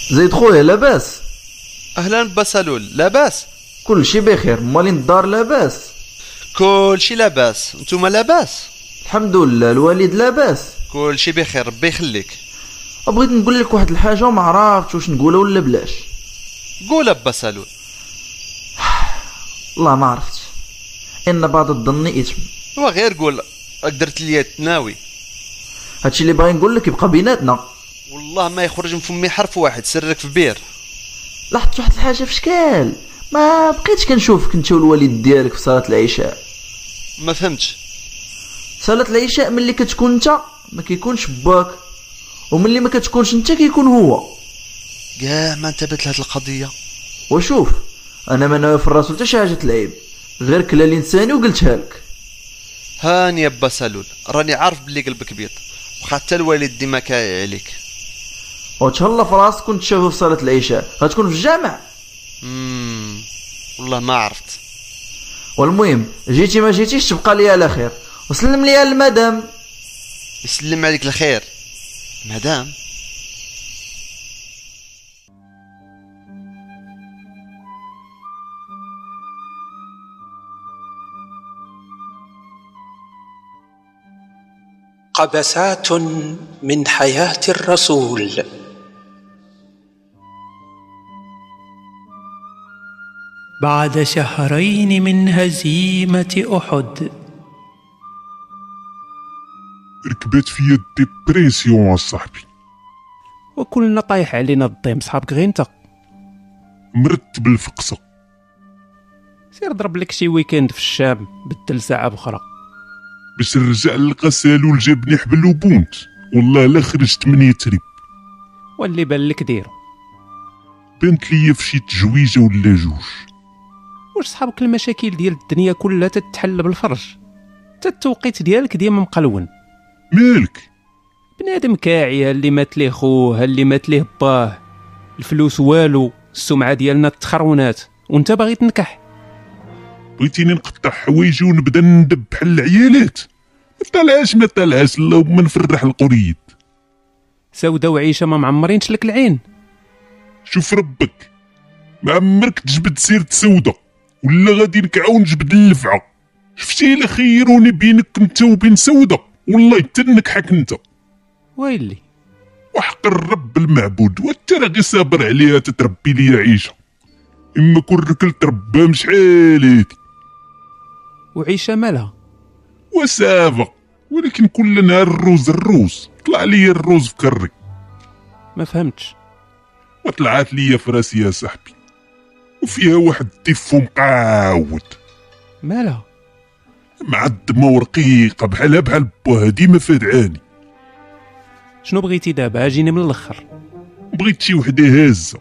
زيد خويا لاباس؟ اهلا بسلول، لاباس؟ كل شي بخير. مالين الدار لاباس؟ كل شي لاباس. نتوما لاباس؟ الحمد لله. الوالد لاباس؟ كل شي بخير، ربي يخليك. بغيت نقول لك واحد الحاجه وما عرفتش واش نقولها ولا بلاش. قول بسلول. والله ما عرفتش، ان بعض الظن اثم. وغير قول، درت لي تناوي. هادشي اللي باغي نقول لك يبقى بيناتنا. والله ما يخرج من فمي حرف واحد، سرك في بير. لاحظت واحد الحاجه في شكال، ما بقيتش كنشوفك انت والوالد ديالك في صلاه العشاء. ما فهمتش. صلاه العشاء ملي كتكون انت ما كيكونش باك، وملي ما كتكونش انت كيكون هو. كاع ما انتبهت لهاد القضيه. وشوف، انا ما ناوي في الراس حتى شي حاجه تلعب، غير كلا لساني وقلتها لك. هاني يا بسلول، راني عارف بلي قلبك بيض، وحتى الوالد ديما كاعي عليك. وتهلا في راسك كنت تشوفه في صلاه العشاء، غتكون في الجامع. والله ما عرفت. والمهم جيتي ما جيتيش تبقى لي على خير، وسلم لي المدام. يسلم عليك الخير مدام. قبسات من حياة الرسول. بعد شهرين من هزيمة أحد، ركبت فيا الديبريسيون اصاحبي، وكلنا طايح علينا الضيم. صحابك غير انت مرتب الفقصه. سير ضرب لك شي ويكند في الشام، بدل ساعة بأخرى باش نرجع نلقى سالول جابني حبل وبونت، والله لا خرجت من يترب. واللي بان لك ديرو. بنت ليا في شي تجويجه ولا جوج. واش صحابك المشاكل ديال الدنيا كلها تتحل بالفرج؟ حتى التوقيت ديالك ديما مقلون. مالك؟ بنادم كاعي، اللي مات ليه خوه، اللي مات ليه باه، الفلوس والو، السمعه ديالنا تخرونات، وانت باغي تنكح. بغيتيني نقطع حوايجي ونبدا ندب بحال العيالات؟ ما طلعش اللهم نفرح القريد. سودة وعيشه ما معمرينش لك العين. شوف ربك، ما عمرك تجبد سيرة سودة، ولا غادي نكعو نجبد اللفعه. شفتي الا خيروني بينك انت وبين سودة، والله تنكحك انت. ويلي وحق الرب المعبود، وانت راه غير صابر عليها تتربي ليا عيشه. اما كون ركلت ربها مشحال هادي. وعيشه مالها؟ وسافا، ولكن كل نهار الروز طلع ليا الروز في كري. ما فهمتش. وطلعت ليا في راسي يا صاحبي، وفيها واحد التيفو مقاود. مالها؟ معدمه ورقيقه بحال بوها، ديما فادعاني. شنو بغيتي دابا؟ اجيني من الاخر. بغيت شي وحده هازه.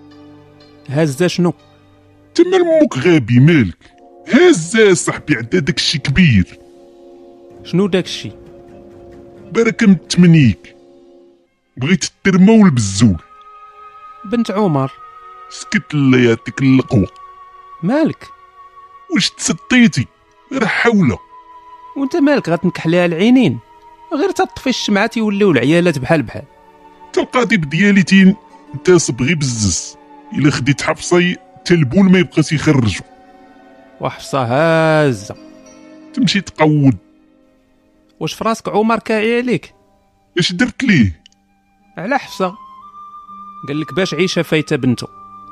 هازه شنو؟ تما امك غابي مالك؟ هازه صاحبي، عدا داكشي كبير. شنو داكشي؟ بركه من التمنيك. بغيت الترمه والبزول. بنت عمر. سكت الله يعطيك القوه. مالك؟ واش تسطيتي؟ راه حوله. وانت مالك غتنكح ليها العينين؟ غير تطفي الشمعات يوليو العيالات بحال. القضيب ديالي تين تاسب غي بزز. الا خديت حفصه تلبول ما يبقاش يخرجو. وحفصه هازه تمشي تقود. واش فراسك عمر كاعي عليك؟ اش درت ليه؟ على حفصه قال لك باش عيشه فايته بنته.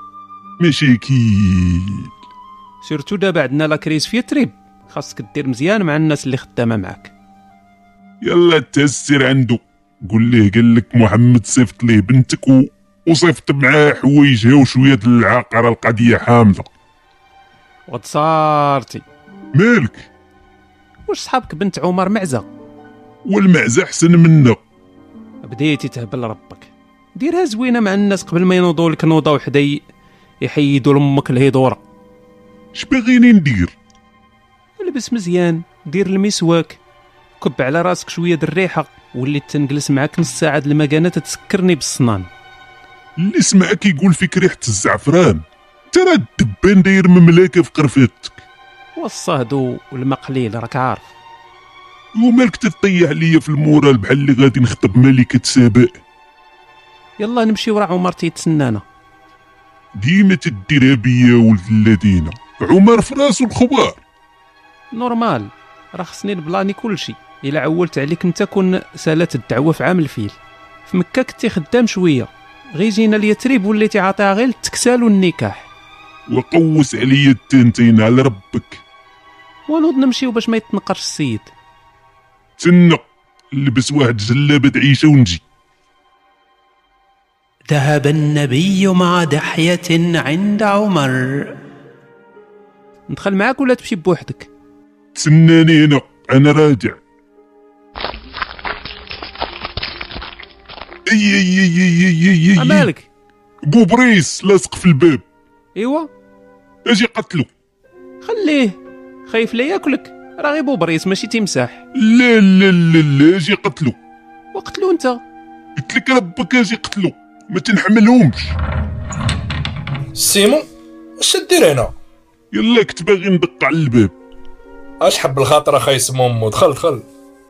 مشاكل سيرتو دابا عندنا لا كريز في تريب، خاصك دير مزيان مع الناس اللي خدامه معاك. يلا تسير عنده، قول ليه قال لك محمد صيفط ليه بنتك وصيفط معاه حوايجها وشويه د العاقره، القضيه حامضه. وقد صارتي. مالك؟ واش صحابك بنت عمر معزه؟ والمعزه احسن منا. بديتي تهبل ربك. ديرها زوينه مع الناس قبل ما ينوضوا لك نوضه وحده يحيدوا لامك الهيدوره. اش باغيني ندير؟ لبس مزيان، دير المسواك، كب على راسك شويه د الريحه، وليت تنجلس معاك نص ساعه د المكانه تتسكرني بالصنان. اللي سمعك يقول فيك ريحه الزعفران، ترى الدبان داير مملاكه في قرفاتك. والصهد والماء قليل راك عارف. ومالك تطيح ليا في المورال بحال اللي غادي نخطب ملكه سباء؟ يلا نمشيو، راه عمر تيتسنانا. ديما تديرها بيا ولد الذين. عمر في راسو الخبار. نورمال، راه خصني نبلاني كلشي. الا عولت عليك انت كون سالات الدعوه في عام الفيل. في مكه كنتي خدام شويه، غير جينا اليتريب وليتي عاطيها غير التكسال والنكاح. وقوس عليا التنتين على ربك. ونوض نمشيو باش ما يتنقرش السيد. تسنى لبس واحد جلابة عيشة ونجي. ذهب النبي مع دحية عند عمر. ندخل معاك ولا تمشي بوحدك؟ تسناني هنا، انا راجع. اي مالك؟ بوبريس لاصق في الباب. ايوا اجي قتلو. خليه، خايف لا ياكلك، راه غير بوبريس ماشي تمساح. لا لا لا لا، اجي قتلو. وقتلو انت. قلت لك ربك اجي قتلو، ما تنحملهمش. سيمون اش دير هنا؟ يلا كنت باغي ندق على الباب. اش حب الخاطر اخاي سمومو، دخل.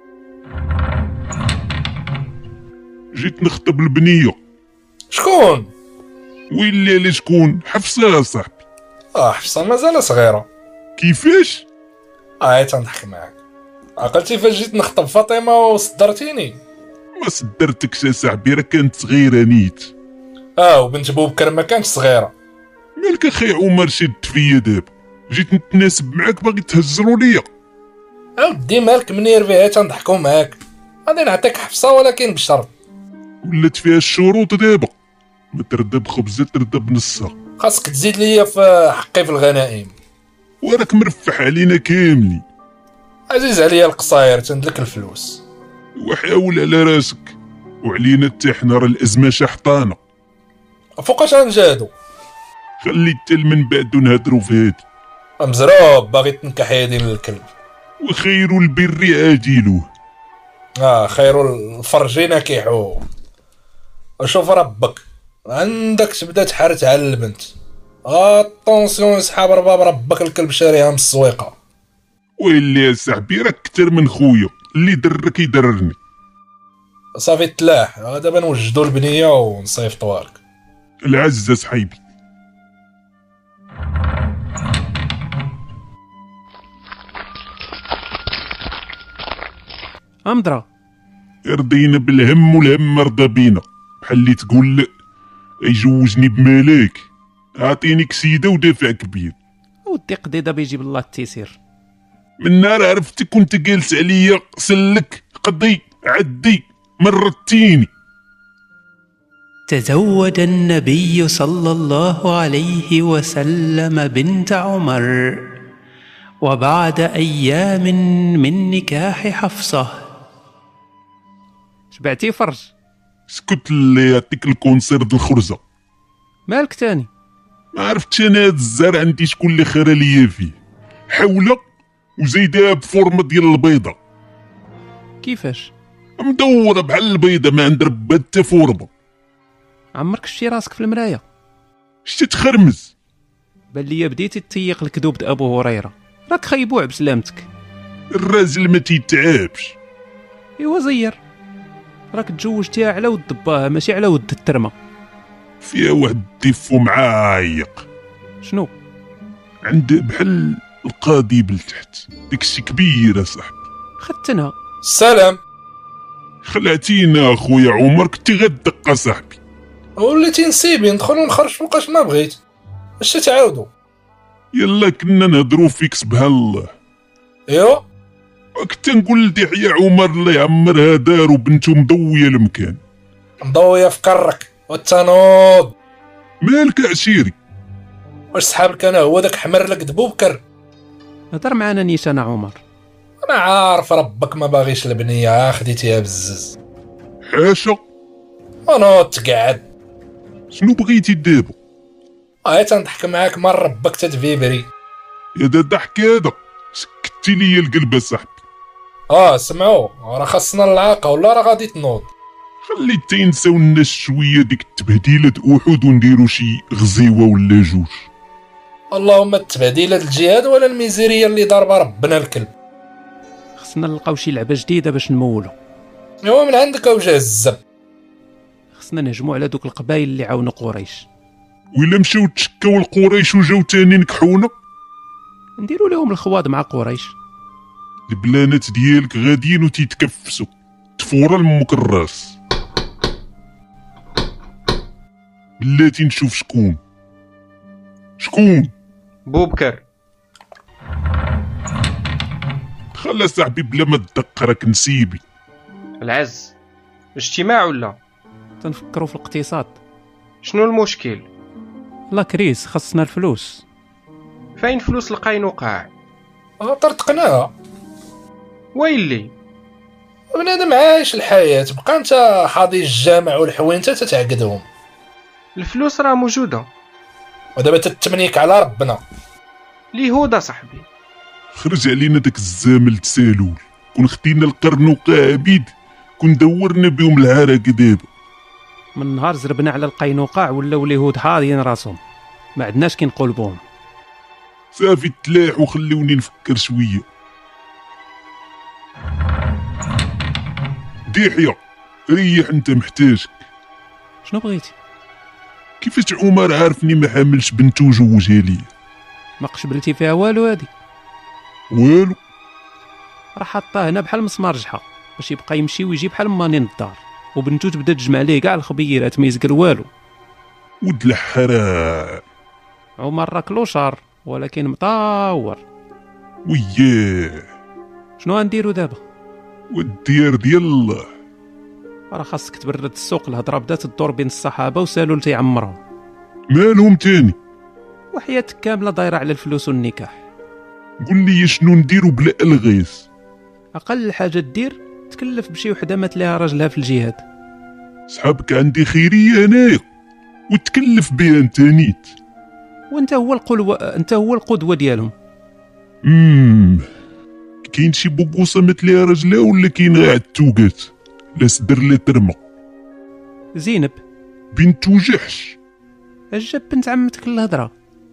جيت نخطب البنيه. شكون؟ ويلي شكون؟ حفصه صاحبي. حفصه مازال صغيره. كيفاش؟ تنضحك معاك. عقلتي فاش جيت نخطب فاطمه وصدرتيني؟ ما صدرتكش يا صاحبي، راه كانت صغيره نيت. وبنت بوبكر ما كانتش صغيره. مالك اخي عمر شد فيا دابا؟ جيت نتناسب معاك باغي تهزروا ليا. ودي مالك منير فيها تنضحكوا معاك. غادي نعطيك حفصه ولكن بشرط. ولات فيها الشروط دابا، ما ترد بخبزه ترد بنصها. خاصك تزيد ليا في حقي في الغنائم. وراك مرفح علينا كاملين. عزيز عليا القصاير، تندلك الفلوس. وحاول على راسك وعلينا حتى حنا، راه الازمه شحطانه. فوقاش غنجادو؟ خلي حتى من بعد نهضروا في هادي. مزروب باغي تنكح يدي من الكلب. وخير البر عاجله. خير الفرج نكيحو. وشوف ربك عندك تبدا تحرت على البنت. اتونسيون يسحاب رباب ربك، الكلب شاريها من السويقه. ويلي يا صاحبي راك كتر من خويا، اللي درك يدررني. صافي تلاح، دابا نوجدو البنيه ونصيف طوارك. العزة صحيبي. امضرة رضينا بالهم والهم رضا بينا، بحال اللي تقول يجوزني بمالك، اعطيني كسيده ودافع كبير. ودي قضيضه بيجيب الله التيسير. من نهار عرفتك كنت جالس عليا سلك قضي عدي مرتيني. تزوج النبي صلى الله عليه وسلم بنت عمر، وبعد أيام من نكاح حفصة. شبعتي فرج؟ سكت اللي يعطيك الكونسير د الخرزه. مالك تاني؟ ما عرفتش انا هاد الزرع عندي شكون اللي خرا ليا فيه، حوله وزيدها بفورمه ديال البيضه. كيفاش؟ مدوره بحال البيضه، ما عند ربها حتى فورمه. عمرك شتي راسك في المرايه؟ شتي تخرمز؟ بان ليا بديتي تيق الكذوب د ابو هريره، راك خيبوع بسلامتك. الراجل ما تيتعبش. ايوا زير، راك تزوجتيها على ود باها ماشي على ود الترمه. فيها واحد الديفو معايق. شنو؟ عند بحال القضيب لتحت، داكشي كبير اصاحبي. ختنها. السلام. خلعتينا اخويا عمر، كنتي غدق اصاحبي. وليتي نسيبي ندخل ونخرج فوقاش ما بغيت. اش تعاودوا؟ يلا كنا نهضروا فيك سبحان الله. ايوا كنت نقول لدحية عمر الله يعمرها دار وبنته مضويه المكان. مضويه في كرك والتنوض. مالك عشيري؟ واش صحابك انا هو داك حمر لك دبوبكر؟ هضر معانا نيش انا عمر. انا عارف ربك ما باغيش البنيه، خديتيها بزز. حاشا. انا تقعد. شنو بغيتي دابا؟ تنضحك معاك مر ربك تتفيبري. يا دا ضحك هذا، سكتي ليا القلب اصاحبي. سمعوا، راه خاصنا العاقه ولا راه غادي تنوض. خلي تينساو الناس شويه ديك التبهديله احد ونديرو شي غزيوه ولا جوج. اللهم التبهديله الجهاد ولا الميزيريه اللي ضاربه ربنا الكلب. خصنا نلقاو شي لعبه جديده باش نمولو. ايوا من عندك وجه الزب. خصنا نهجموا على دوك القبائل اللي عاونوا قريش. وإلا مشاو تشكاو لقريش وجاو تاني نكحونا، نديروا لهم الخواض مع قريش. البلانات ديالك غاديين وتيتكفسوا تفورا لمك الراس. بلاتي نشوف شكون بوبكر. خلا صاحبي بلا ما تدق راك نسيبي. العز اجتماع ولا تنفكروا في الاقتصاد. شنو المشكل؟ لا كريس، خصنا الفلوس. فين فلوس القينوقاع؟ طرطقناها. ويلي بنادم عايش الحياة، بقى انت حاضي الجامع والحوينته تتعقدهم. الفلوس راه موجوده، ودابا تتمنيك على ربنا. اليهودا صاحبي. خرج علينا داك الزامل تسالول، كون خدينا القرنوقاع عبيد كون دورنا بهم العراق دابا. من نهار زربنا على القينوقاع ولاو اليهود حاضيين راسهم، ما عندناش كي نقلبوهم. صافي تلاح وخلوني نفكر شويه. ديحيا ريح، انت محتاجك. شنو بغيتي؟ كيفاش عمر عارفني ما حاملش بنت وجوجها ليا؟ ما قشبلتي فيها والو هادي؟ والو، راه حطاه هنا بحال مسمار جحا باش يبقى يمشي ويجي بحال مانين الدار، وبنتو تبدا تجمع ليه كاع الخبيرات ما يزقر والو. ود الحرام. عمر راه كلوشار ولكن مطاور. وياه، شنو غنديرو دابا؟ والديار ديال الله. راه خاصك تبرد السوق. الهضره بدات تدور بين الصحابه وسالوا تيعمرهم. مالهم تاني؟ وحياتك كامله دايره على الفلوس والنكاح. قول لي شنو نديرو بلا الغيس؟ اقل حاجه دير تكلف بشي وحده مات ليها راجلها في الجهاد. صحابك عندي خيريه هنايا وتكلف بها انت نيت. وانت هو انت هو القدوه ديالهم. كاين شي بوقوصه مات ليها راجلها ولا كاين غير التوقات؟ لا صدر لا ترمى. زينب بنت جحش. اجاب بنت عمتك الهضره.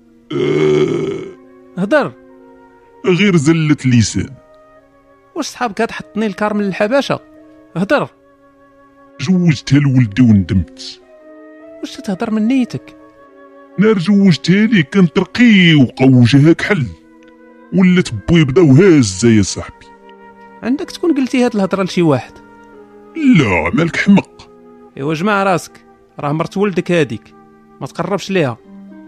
هضر. غير زلة لسان. واش صحابك تحطني الكار من الحباشه؟ هضر. جوجتها لولدي وندمت. واش تهضر من نيتك؟ نار جوجتها ليه كانت رقيقه وجهها كحل، ولات بويبده وهازه يا صاحبي. عندك تكون قلتي هاد الهضره لشي واحد. لا مالك حمق. ايوا جمع راسك، راه مرت ولدك هاديك، ما تقربش ليها.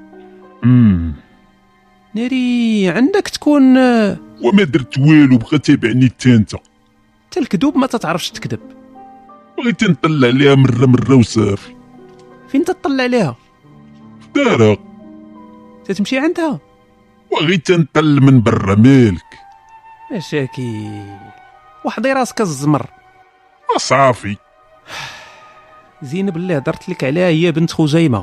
ناري عندك تكون. وما درت والو، بقى تابعني انت. انت الكذوب ما تتعرفش تكذب. بغيت نطلع عليها مره وصافي. فين تطلع عليها؟ في دارها. تتمشي عندها؟ بغيت نطل من برا، مالك؟ مشاكي وحدي راسك الزمر. صافي. زينب اللي هضرت لك عليها هي بنت خزيمه.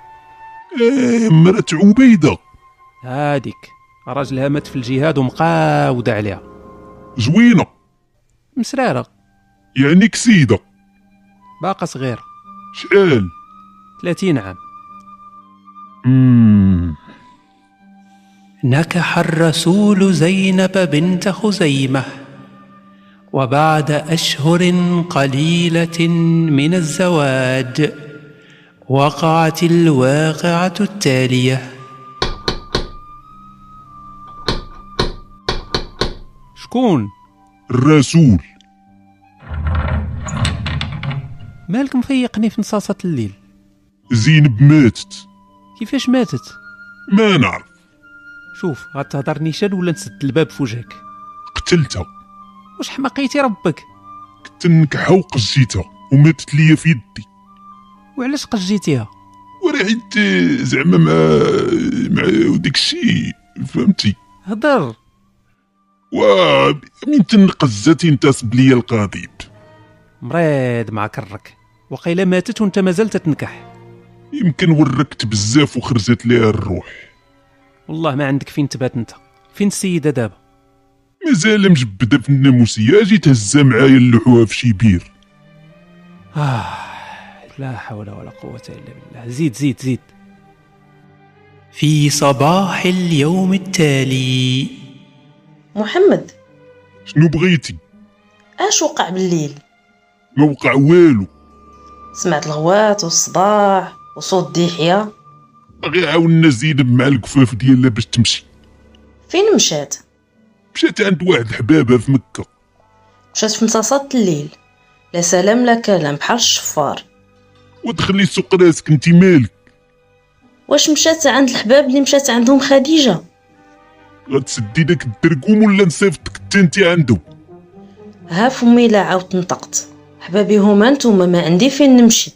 مرات عبيده هاديك راجلها مات في الجهاد ومقاوده عليها. زوينه مسراره يعني كسيده. باقا صغيره. شحال؟ 30 عام. نكح الرسول زينب بنت خزيمة، وبعد أشهر قليلة من الزواج وقعت الواقعة التالية. شكون؟ الرسول. مالك مفيقني في نصاصة الليل؟ زينب ماتت. كيفاش ماتت؟ ما نعرف. شوف غتهضر نيشان ولا نسد الباب في وجهك. قتلتها. واش حماقيتي ربك؟ كنت نكحها وقجيتها وماتت ليا في يدي. وعلاش قجيتيها؟ وريحت زعما مع ديك الشيء، فهمتي؟ هضر. من تنقزت ينتصب ليا القضيب. مريض مع كرك، وقيلا ماتت وانت مازال تتنكح. يمكن وركت بزاف وخرجت ليها الروح. والله ما عندك فين تبات انت. فين السيده دابا؟ مازال مجبده في الناموسيه، اجي تهزا معايا نلوحوها في شي بير. لا حول ولا قوه الا بالله. زيد. في صباح اليوم التالي. محمد، شنو بغيتي؟ اش وقع بالليل؟ ما وقع والو. سمعت الغوات والصداع وصوت ديحية. غير عاونا زينب مع الكفاف ديالها باش تمشي. فين مشات؟ مشات عند واحد الحبابها في مكة. مشات في مصاصات الليل، لا سلام لا كلام بحال الشفار. ودخلي سوق راسك انت مالك؟ واش مشات عند الحباب اللي مشات عندهم خديجة؟ غتسدي داك الدرقوم ولا نصيفطك حتى انت عنده؟ ها فمي لا عاودت نطقت، حبابي هما نتوما، ما عندي فين نمشي.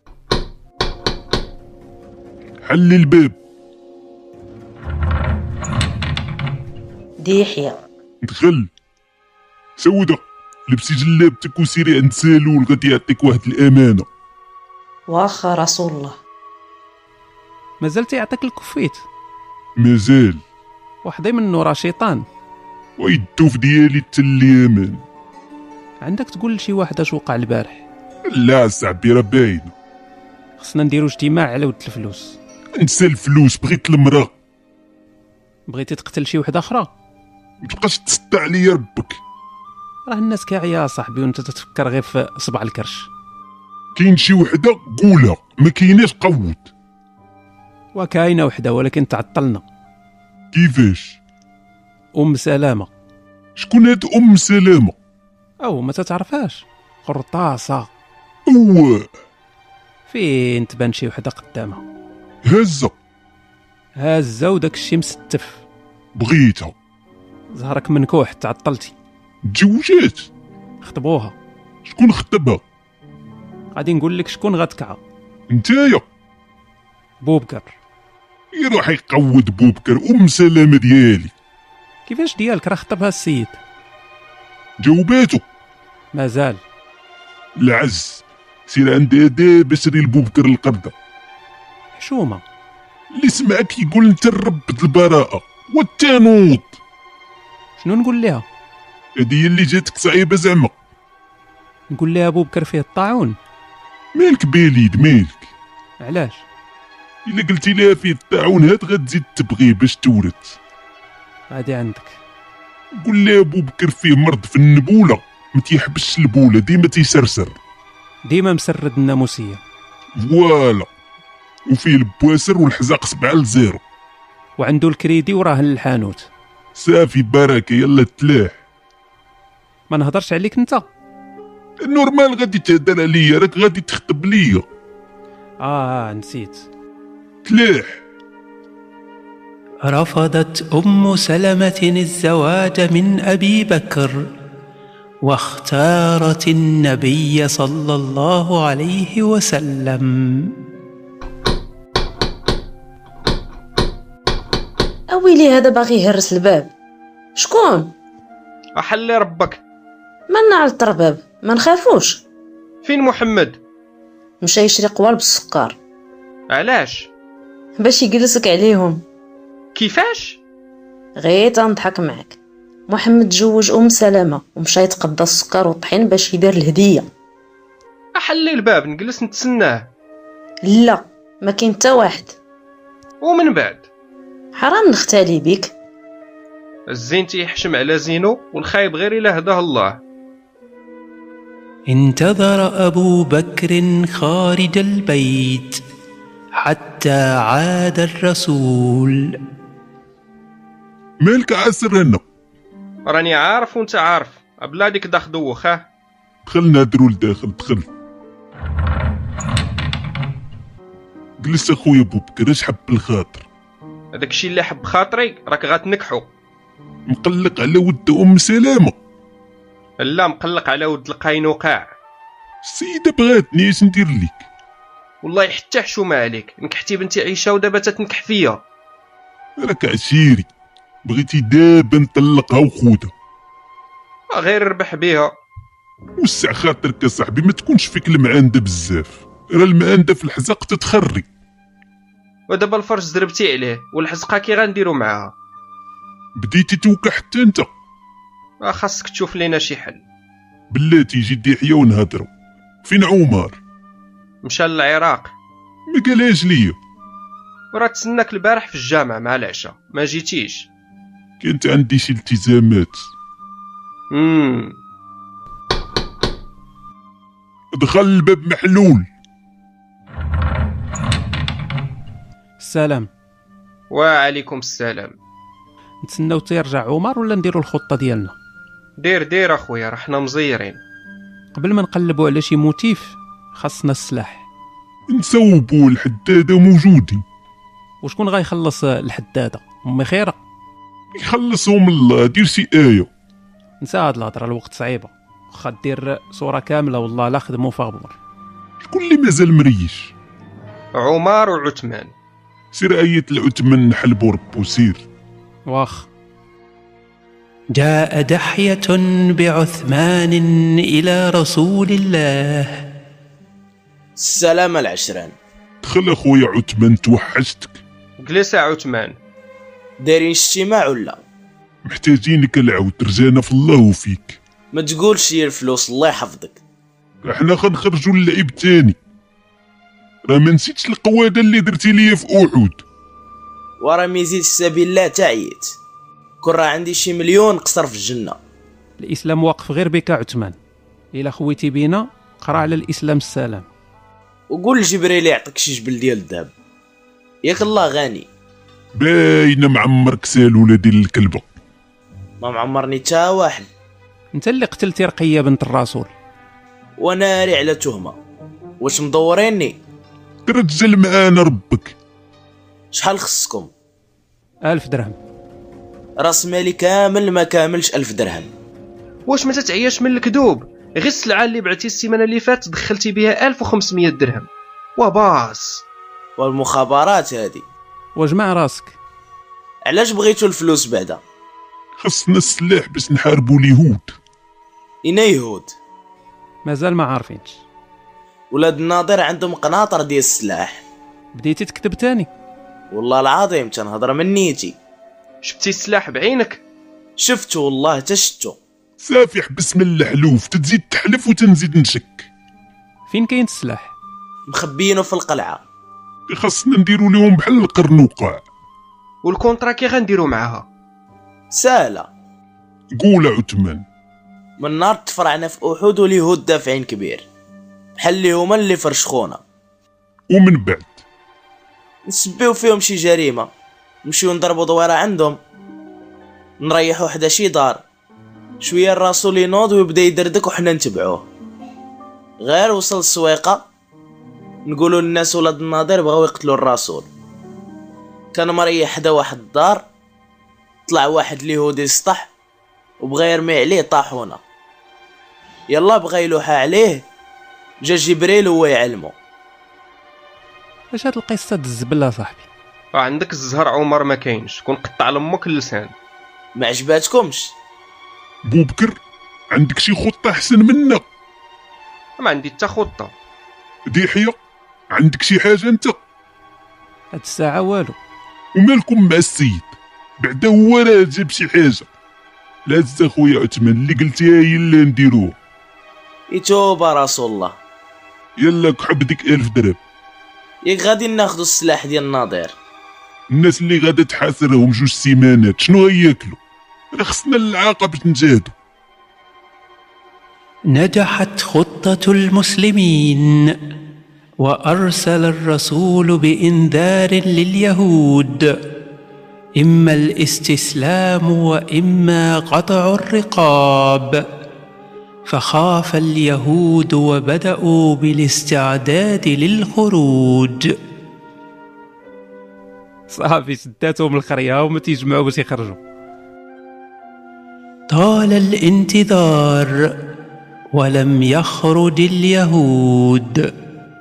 حلي الباب. ديحية دخل. سودة لبسي جلابتك وسيري عند سالول غادي يعطيك واحد الامانه. واخا رسول الله. مازال تيعطيك الكفيت؟ مازال. وحدي منو راه شيطان. ويدوف ديالي حتى اليمن. عندك تقول لشي واحد اش وقع البارح؟ لا صاحبي راه باين. خصنا نديرو اجتماع على ود الفلوس. نسى الفلوس، بغيت المراه. بغيتي تقتل شي وحده اخرى؟ متبقاش تسطى عليا ربك. راه الناس كاعيه صاحبي وانت تتفكر غير في صبع الكرش. كاين شي وحده قولها، ما كايناش قوت. وكاينه وحده ولكن تعطلنا. كيفاش؟ ام سلامه. شكون هاد ام سلامه؟ او ما تتعرفهاش؟ قرطاسه. فين تبان شي وحده قدامها هازه وداك الشي مستف. بغيتها. زهرك منكوح، تعطلتي. تزوجات؟ خطبوها. شكون خطبها؟ غادي نقول لك شكون غتكعى. نتايا؟ بوبكر. يروح يقود بوبكر. ام سلامه ديالي كيفاش ديالك؟ راه خطبها السيد. جاوباتو؟ مازال. العز سير عندها دابا سري لبوبكر القرده. حشومه. اللي سمعك يقول انت ربت البراءه والتانوض. شنو نقول لها؟ هادي هي اللي جاتك صعيبه زعما. نقول لها بوبكر فيه الطاعون. مالك بليد مالك؟ علاش؟ الا قلتي لها فيه الطاعون هاد غتزيد تبغيه باش تورث. عادي عندك. قول لها بوبكر فيه مرض في النبوله، ما تيحبسش البوله، ديما تيسرسر، ديما مسرد الناموسيه. فوالا. وفيه البواسر والحزاق 7-0. وعنده الكريدي وراهن للحانوت. صافي بركه يلا تلاح. ما نهضرش عليك انت. نورمال غادي تهدر عليا، راك غادي تخطب ليا. نسيت. تلاح. رفضت أم سلمة الزواج من أبي بكر، واختارت النبي صلى الله عليه وسلم. اويلي هذا باغي يهرس الباب. شكون؟ احلي ربك. مالنا على الترباب، ما نخافوش. فين محمد؟ مشى يشري قوال بالسكر. علاش؟ باش يجلسك عليهم. كيفاش؟ غير تنضحك معك. محمد تزوج ام سلامه ومشى يتقضى السكر والطحين باش يدير الهديه. احلي الباب نجلس نتسناه. لا ما كاين حتى واحد. ومن بعد؟ حرام نختالي بك. الزين تيحشم على زينو والخايب غير الا هداه الله. انتظر أبو بكر خارج البيت حتى عاد الرسول. مالك عاسر هنا؟ راني عارف وانت عارف، بلادك داخ دوخه. دخل نهدرو لداخل. دخل. جلس اخويا بوبكر، اش حب الخاطر؟ هذاك الشيء اللي حب خاطري راك غتنكحو. مقلق على ود ام سلامه؟ لا مقلق على ود القاينوقاع. السيده بغاتني، اش ندير لك؟ والله حتى حشومه عليك، نكحتي بنتي عيشه ودابا تتنكح فيا. راك عشيري، بغيتي دابا نطلقها وخودها. غير ربح بيها. وسع خاطرك صاحبي، ما تكونش فيك المعانده بزاف، راه المعانده في الحزق تتخري. ودابا الفرج زربتي عليه والحزقه كي غنديرو معاها؟ بديتي توقع حتى انت. خاصك تشوف لينا شي حل. بلاتي يجي ديحية ونهضروا. فين عمر؟ مشى للعراق. ما قالهاش ليا. وراه تسناك البارح في الجامع مع العشاء، ما جيتيش. كانت عندي شي التزامات. دخل الباب محلول. السلام. وعليكم السلام. نتسناو تيرجع عمر ولا نديرو الخطه ديالنا؟ دير اخويا، راه حنا مزيرين. قبل ما نقلبوا على شي موتيف خاصنا السلاح. نصوبوا الحداده موجودين. وشكون غيخلص الحداده؟ امي خيره يخلصهم الله. دير شي ايه. نسى هاد الهضره، الوقت صعيبه. واخا دير صوره كامله والله لا خدموا فابور. شكون اللي مازال مريش؟ عمر وعثمان. سير ايت العثمان نحلبو ربو سير. واخ. جاء دحية بعثمان إلى رسول الله. السلام العشران. دخل اخويا عثمان، توحشتك. جلس يا عثمان. دايرين اجتماع ولا؟ محتاجينك العود، رجانا في الله وفيك. ما تقولش هي الفلوس الله يحفظك. احنا غنخرجوا اللعب تاني. راه ما نسيتش القواده اللي درتي ليا في احد. وراه ميزيد سبيل الله تعيت. كون راه عندي شي مليون قصر في الجنه. الاسلام واقف غير بك عثمان. الا خويتي بينا قرا على الاسلام السلام. وقول لجبريل يعطيك شي جبل ديال الذهب. ياك الله غني. باينه معمرك سالوله ديال الكلبه. ما معمرني تا واحد. انت اللي قتلتي رقيه بنت الرسول. وناري على تهمه. واش مدوريني؟ ترجل معانا ربك. شحال خصكم؟ 1000 درهم. راس مالي كامل ما كاملش 1000 درهم. واش ما تتعياش من الكذوب؟ غير السلعه اللي بعتي السيمانه اللي فاتت دخلتي بها 1500 درهم وباص. والمخابرات هذه. واجمع راسك. علاش بغيتو الفلوس بعدا؟ خصنا السلاح باش نحاربوا اليهود. اين يهود؟ مازال ما عارفينش. ولاد الناظر عندهم قناطر ديال السلاح. بديتي تكتب تاني؟ والله العظيم تنهضر من نيتي. شفتي السلاح بعينك؟ شفتو والله تشتو. صافي حبس من الحلوف، تزيد تحلف وتنزيد نشك. فين كاين السلاح؟ مخبيينه في القلعه. خاصنا نديرو لهم بحال القرنوقع. والكونترا كي غنديرو معاها؟ ساهله. قول عثمان. من نار تفرعنا في احد واليهود دافعين كبير بحال اللي هما اللي فرشخونا. ومن بعد نسبيو فيهم شي جريمه، نمشيو نضربو دويره عندهم، نريحو حدا شي دار شويه، الرسول ينوض ويبدا يدردك وحنا نتبعوه. غير وصل السويقه نقولوا للناس ولاد الناظر بغاو يقتلوا الرسول. كان مريح حدا واحد الدار، طلع واحد اليهودي سطح وبغى يرمي عليه طاحونه. يلا بغى يلوحى عليه، جا جبريل وهو يعلمو. اش هاد القصه د الزبله صاحبي؟ عندك الزهر عمر ما كاينش، كون قطع لامك اللسان. ما عجباتكمش؟ بوبكر عندك شي خطه احسن منا؟ ما عندي حتى خطه. دحية عندك شي حاجه انت؟ هاد الساعه والو. ومالكم مع السيد بعدا هو راه جاب شي حاجه؟ لا تنسى خويا عثمان اللي قلتيها هي اللي نديروه. يتوبه رسول الله. يلا كحب ديك 1000 درهم. ياك غادي ناخدو السلاح ديال الناظر. الناس اللي غادا تحاصرهم 2 سيمانات شنو غياكلوا؟ راه خصنا العاقه باش نجاهدوا. نجحت خطة المسلمين، وأرسل الرسول بإنذار لليهود، إما الاستسلام وإما قطع الرقاب. فخاف اليهود وبدأوا بالاستعداد للخروج. صافي سداتهم الخريه وما تيجمعوا باش يخرجوا. طال الانتظار ولم يخرج اليهود.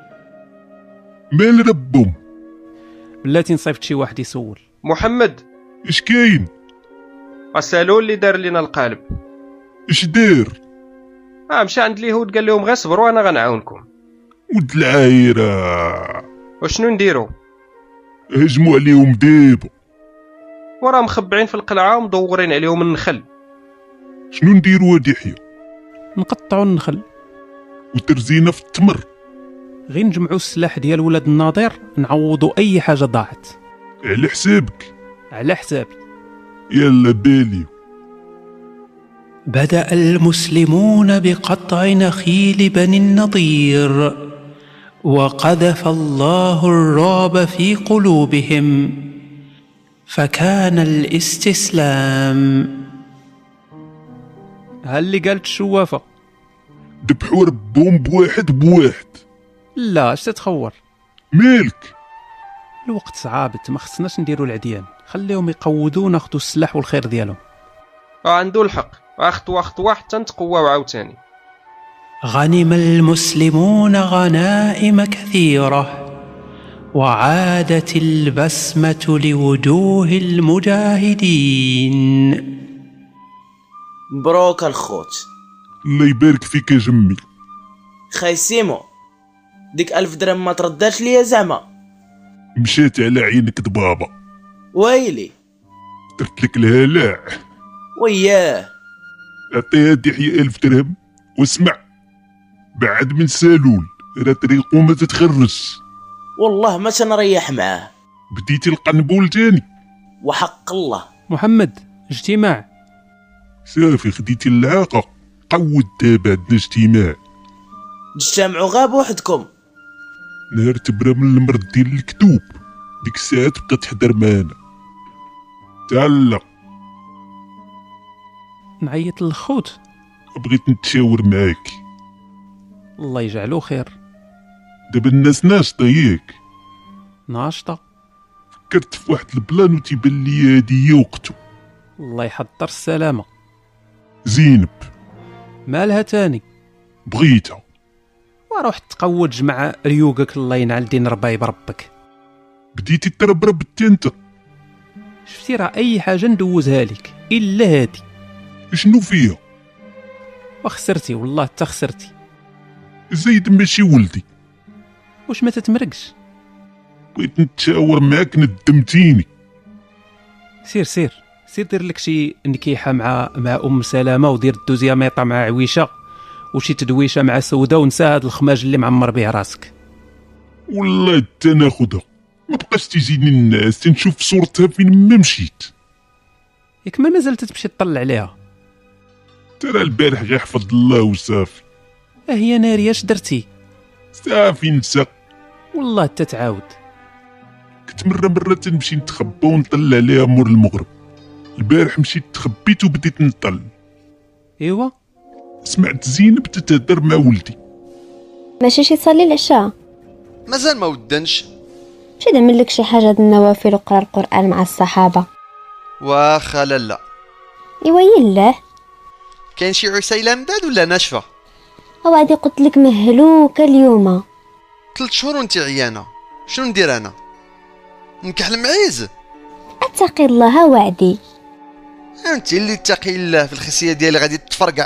مال ربهم؟ بلاتي نصيفط شي واحد يسول. محمد اش كاين؟ اسالو اللي دار لينا القالب. اش دار؟ مشى عند اليهود قال لهم غير صبروا انا غنعاونكم. ود العايره. وشنو نديرو؟ هجموا عليهم دابا. وراه مخبعين في القلعه ومدورين عليهم النخل. شنو نديرو دحية؟ نقطعوا النخل وترزينا في التمر. غير نجمعوا السلاح ديال ولاد الناظر، نعوضوا اي حاجه ضاعت. على حسابك. على حسابي. يلا بالي. بدأ المسلمون بقطع نخيل بني النضير، وقذف الله الرعب في قلوبهم فكان الاستسلام. ها اللي قالت الشوافة. ذبحوا ربهم بواحد. لا اش تتخور؟ مالك؟ الوقت صعابت، ما خصناش نديروا العديان، خليهم يقودوا وناخذوا السلاح والخير ديالهم. عنده الحق، خطوة حتى نتقواو عاوتاني. غنم المسلمون غنائم كثيرة وعادت البسمة لوجوه المجاهدين. مبروك الخوت. الله يبارك فيك يا جمي. خاي سيمو، ديك 1000 درهم ما ترداش ليا زعما؟ مشات على عينك دبابا. ويلي درت لك الهلاع. وياه عطيها دحية 1000 درهم واسمع، بعد من سالول راه طريقو ما تتخرج. والله ما تنريح معاه. بديتي القنبول تاني وحق الله. محمد اجتماع. صافي خديتي اللعاقة، قود دابا عندنا اجتماع. تجتمعوا غا بوحدكم. نهار تبرا من المرض ديال الكتوب، ديك الساعة تبقى تحضر معانا. تعال نعيط للخوت. بغيت نتشاور معاك. الله يجعلو خير. دابا الناس ناشطة ياك؟ ناشطة. فكرت في واحد البلان وتيبان لي هادي هي وقتو. الله يحضر السلامة. زينب مالها تاني؟ بغيتها. وروح تقود مع ريوقك، الله ينعل دين ربايب ربك. بديتي تربرب انت. شفتي راه اي حاجة ندوزها لك الا هادي. شنو فيها؟ وخسرتي والله حتى خسرتي. زيد ماشي ولدي. واش ما تتمرقش؟ بغيت نتشاور معاك ندمتيني. سير دير لك شي نكيحة مع ام سلامة، ودير الدوزياميطا مع عويشة، وشي تدويشة مع سودة، ونسى هاد الخماج اللي معمر به راسك. والله حتى ناخدها، ما بقاش تيجيني الناس تنشوف صورتها فين ما مشيت. ياك ما مازلت تمشي تطلع عليها؟ ترى البارح غير حفظ الله وصافي. هي ناري اش درتي؟ صافي نسى. والله حتى تعاود. كنت مرة تنمشي نتخبى ونطلع عليها مور المغرب. البارح مشيت تخبيت وبديت نطل. ايوا سمعت زينب تتهدر مع ولدي. ماشي شي تصلي العشاء؟ مازال ما ودنش. مشي دعمل لك شي حاجه د النوافل وقرا القران مع الصحابه. واخا لا ايوا يلاه. كاين شي عسيله مداد ولا ناشفه؟ وعادي قلت لك مهلوكه اليوم. 3 شهور وانت عيانه، شنو ندير انا؟ نكحل معيز؟ اتقي الله وعدي. انت اللي تقي الله في الخسيه ديالي غادي تفرقع.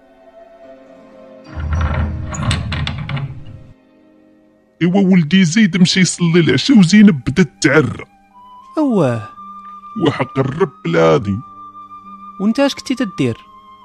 ايوا ولدي زيد مشى يصلي العشاء وزينب بدات تعرى. اواه وحق الرب العظيم. وانت اش كنتي تدير؟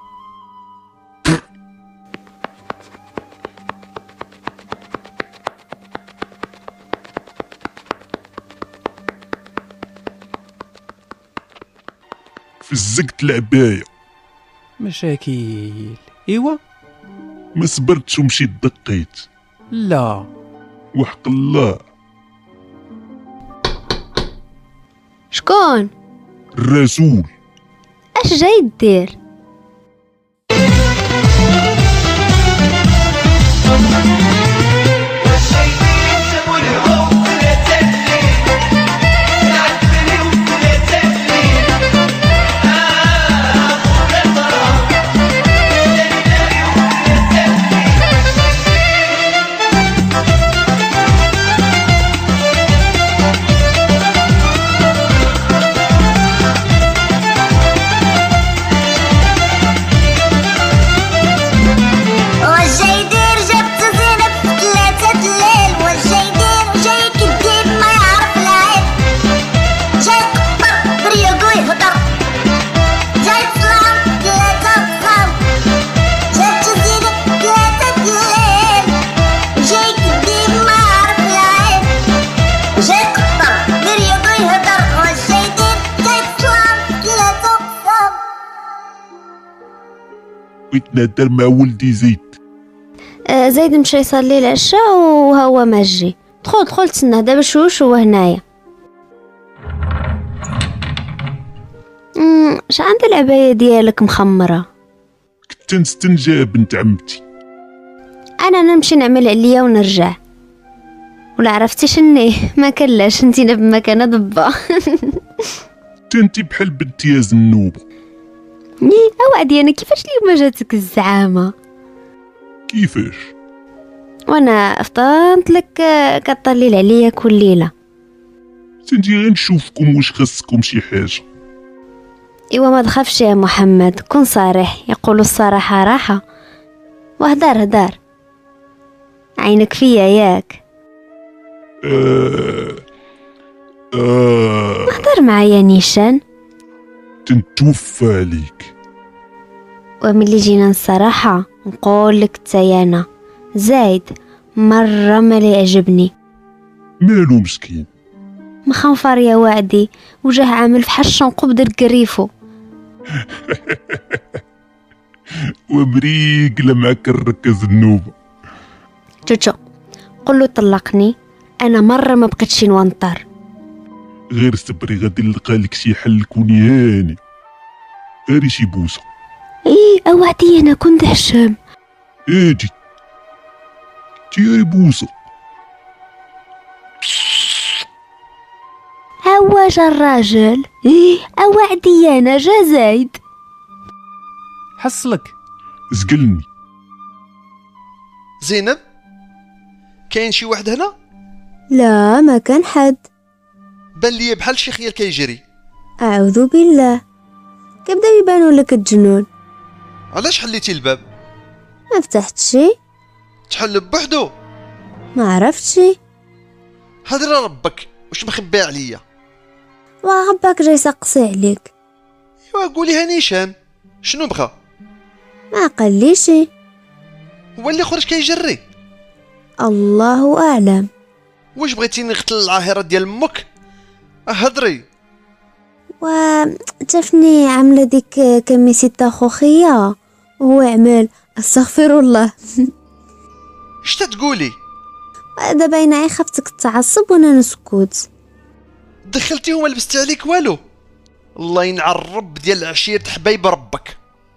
فزقت العباية. مشاكل. ايوا ما صبرتش ومشيت دقيت. لا وحق الله. شكون؟ الرسول. اش جاي دير؟ بغيت نهدر مع ولدي زيد. زايد مشى يصلي العشاء وهو ما جي. دخل تسناه دابا شوش هو هنايا. اش عندي العباية ديالك مخمرة؟ كنت نستنجى بنت عمتي. انا نمشي نعمل عليا ونرجع. ولا عرفتي شني ما كلاش انتينا بمكانه ضبا. انتي بحال بنتي يا زنوبه. اوعدي انا كيفاش اليوم جاتك الزعامه؟ كيفاش؟ وانا فطنت لك كطليل عليا كل ليله. انتي غير نشوفكم واش خاصكم شي حاجه. ايوا ما تخافش يا محمد، كن صريح، يقولوا الصراحه راحه. وهدار عينك فيا ياك. اهدر معايا نيشان. تنتوفى عليك. وملي جينا الصراحه نقول لك تايانا زايد مره ما يعجبني. مالو مسكين؟ مخنفر يا وعدي، وجاه عامل فحال الشنقوب ديال الكريفو. ومريقله معاك الركز النوبه. تشو قولو طلقني، انا مره ما بقيتش نوانطر. غير صبري غادي نلقى لك شي حل، كوني هاني. هاري شي بوسه. اوعدي انا كنت حشام. اجي تيري بوسه. هوا جا الراجل. اوعدي انا جا زايد. حصلك زقلني. زينب كاين شي واحد هنا؟ لا ما كان حد. بان لي بحال شي خيال كيجري. اعوذ بالله، كيبدا يبانوا لك الجنون. علاش حليتي الباب؟ ما فتحتشي. تحل بوحدو؟ ما عرفتش. هضر ربك واش مخبي عليا؟ وغباك جاي سقسي عليك. ايوا قوليها نيشان شنو بغا؟ ما قاليش. هو اللي خرج كيجري. الله اعلم. واش بغيتيني نقتل العاهره ديال امك؟ هضري. تفني عامله ديك كميسيتا خوخيه وهو عمل استغفر الله. اش تتقولي؟ دابا انا خفتك تعصب وانا نسكت. دخلتي وما لبستي عليك والو. الله ينعر الرب ديال عشيره حبايب ربك.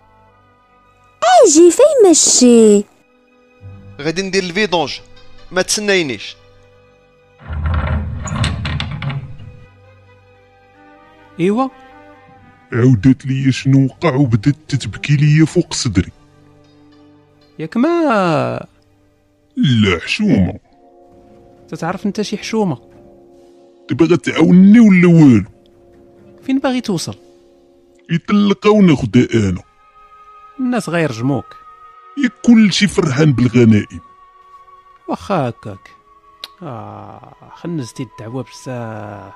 اجي فين مشي؟ غادي ندير الفيدونج، ما تسناينيش. ايوا عاودت لي شنو وقع وبدات تتبكي لي فوق صدري. ياك ما لا حشومه. تتعرف انت شي حشومه؟ دابا غتعاونني ولا والو؟ فين باغي توصل؟ يطلقها وناخدها انا. الناس غيرجموك. ياك كلشي فرحان بالغنائم. واخا هكاك. خنزتي الدعوه بزاف.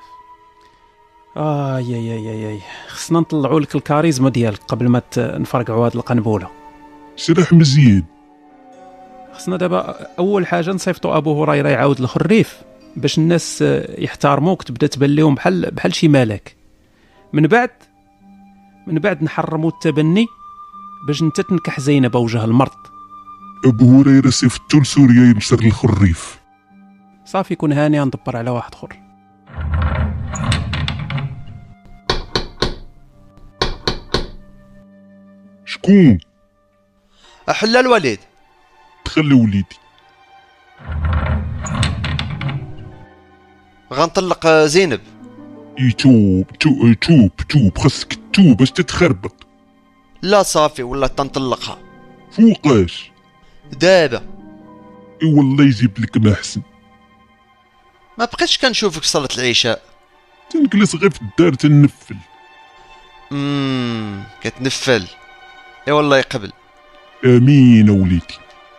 ياي خصنا نطلعوا لك الكاريزما ديالك قبل ما نفرقعوا هاد القنبوله. شرح مزيان. خصنا دابا اول حاجه نصيفطوا ابو هريره يعاود الخريف باش الناس يحترموك، تبدا تبان لهم بحال شي ملاك. من بعد نحرموا التبني باش انت تنكح زينب وجه المرض. ابو هريره صيفطو لسوريا ينشر الخريف. صافي كون هاني ندبر على واحد اخر. شكون؟ احلى الوليد. دخل وليدي. غنطلق زينب. توب خاصك توب باش تتخربق. لا صافي ولا تنطلقها. فوقاش؟ دابا. اي والله يجيب لك ما احسن. ما بقيتش كنشوفك صلاة العشاء. تنجلس غير في الدار تنفل. كتنفل. اي والله يقبل. امين وليدي.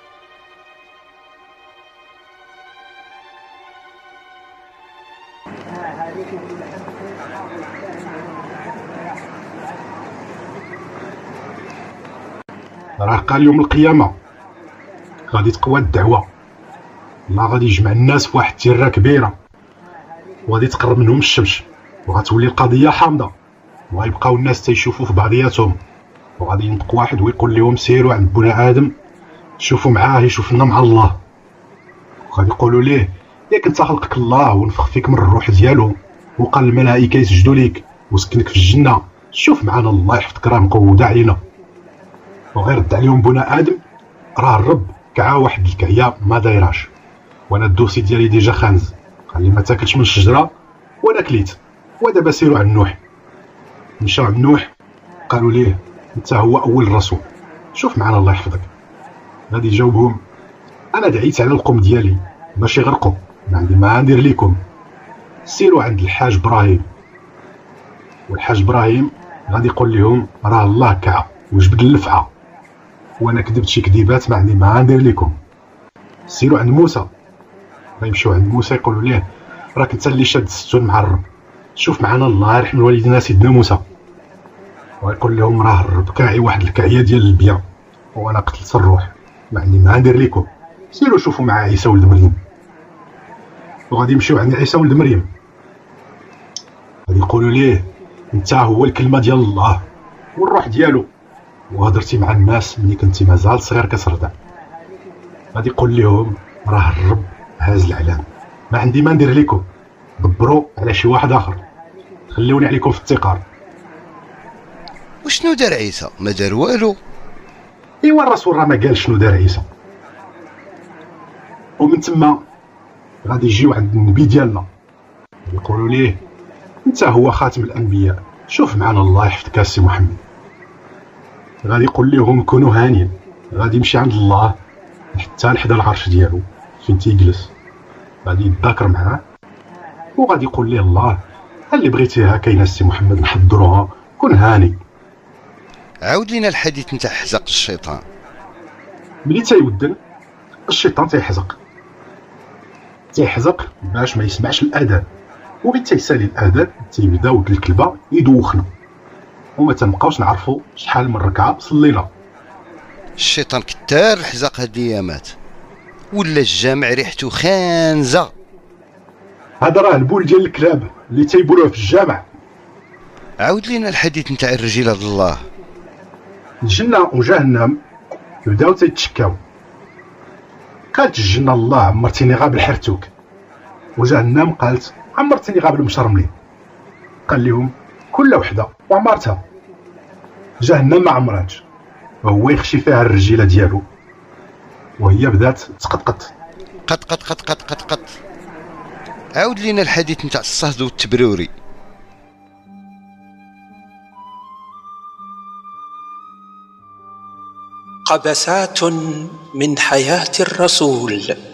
راه قال يوم القيامه غادي تقوى الدعوه. الله غادي يجمع الناس في واحد التيره كبيره وغادي تقرب منهم الشمس وغتولي القضيه حامضه وغيبقاو الناس تيشوفوا في بعضياتهم وغادي ينطق واحد ويقول لهم سيروا عند بني ادم شوفوا معاه يشوفنا مع الله. غادي يقولوا ليه ياك انت خلقك الله ونفخ فيك من الروح ديالو وقال الملائكه يسجدوا ليك وسكنك في الجنه، شوف معنا الله يحفظك راه مقوده علينا. وغير رد عليهم بنا ادم راه الرب كعا واحد الكعيه ما دايراش، وانا الدوسي ديالي ديجا خانز، خلي ما تاكلش من الشجره وانا كليت. ودابا سيروا عند نوح. مشاو عند نوح قالوا ليه انت هو اول رسول، شوف معنا الله يحفظك. غادي يجاوبهم انا دعيت على القوم ديالي باش يغرقوا، ما عندي ما ندير لكم، سيروا عند الحاج ابراهيم. والحاج ابراهيم غادي يقول لهم راه الله كعا وجبد اللفعه وانا كذبت شي كذبات ما عندي ما ندير لكم. سيروا عند موسى. غيمشيو عند موسى يقولوا ليه راك انت اللي شاد الستون مع الرب، شوف معنا الله يرحم والدينا سيدنا موسى. ويقول لهم راه الرب كاعي واحد الكعيه ديال البيا وانا قتلت الروح، ما عندي ما ندير لكم، سيروا شوفوا مع عيسى ولد مريم. وغادي يمشيو عند عيسى ولد مريم. غادي يقولوا ليه انت هو الكلمه ديال الله والروح ديالو وهضرتي مع الناس ملي كنتي مازال صغير كترضع. غادي يقول لهم راه الرب هاز العلام، ما عندي ما ندير لكم، دبروا على شي واحد اخر، خليوني عليكم في التقار. وشنو دار عيسى؟ ما دار والو. ايوا الرسول راه ما قال شنو دار عيسى. ومن تما غادي يجيو عند النبي ديالنا يقولوا ليه انت هو خاتم الانبياء، شوف معنا الله يحفظك السي محمد. غادي يقول لهم كونوا هانيين. غادي يمشي عند الله حتى لحدا العرش ديالو فين تيجلس، غادي يتذاكر معاه وغادي يقول ليه الله اللي بغيتيها كاينه السي محمد نحضروها، كون هاني. عاود لينا الحديث نتاع حزق الشيطان. ملي تيودن الشيطان تيحزق باش ما يسمعش الاذان، وغير تيسالي الاذان تيبداو الكلبه يدوخنا وما تنبقاوش نعرفوا شحال من ركعه صلينا. الشيطان كتار الحزق هاد الايامات، ولا الجامع ريحته خانزه. هذا راه البول ديال الكلاب اللي تيبولوه في الجامع. عاود لينا الحديث نتاع الرجال د الله. الجنه وجهنم يبداو تيتشكاو. قالت الجنه الله عمرتيني غا بالحرتوك، وجهنم قالت عمرتيني غا بالمشرملي. قال لهم كل وحده وعمرتها. جهنم ما عمراتش وهو يخشي فيها الرجيله ديالو وهي بدات تقطقط قط قط قط قط قط قط. عاود لينا الحديث نتاع الصهد والتبروري. قبسات من حياة الرسول.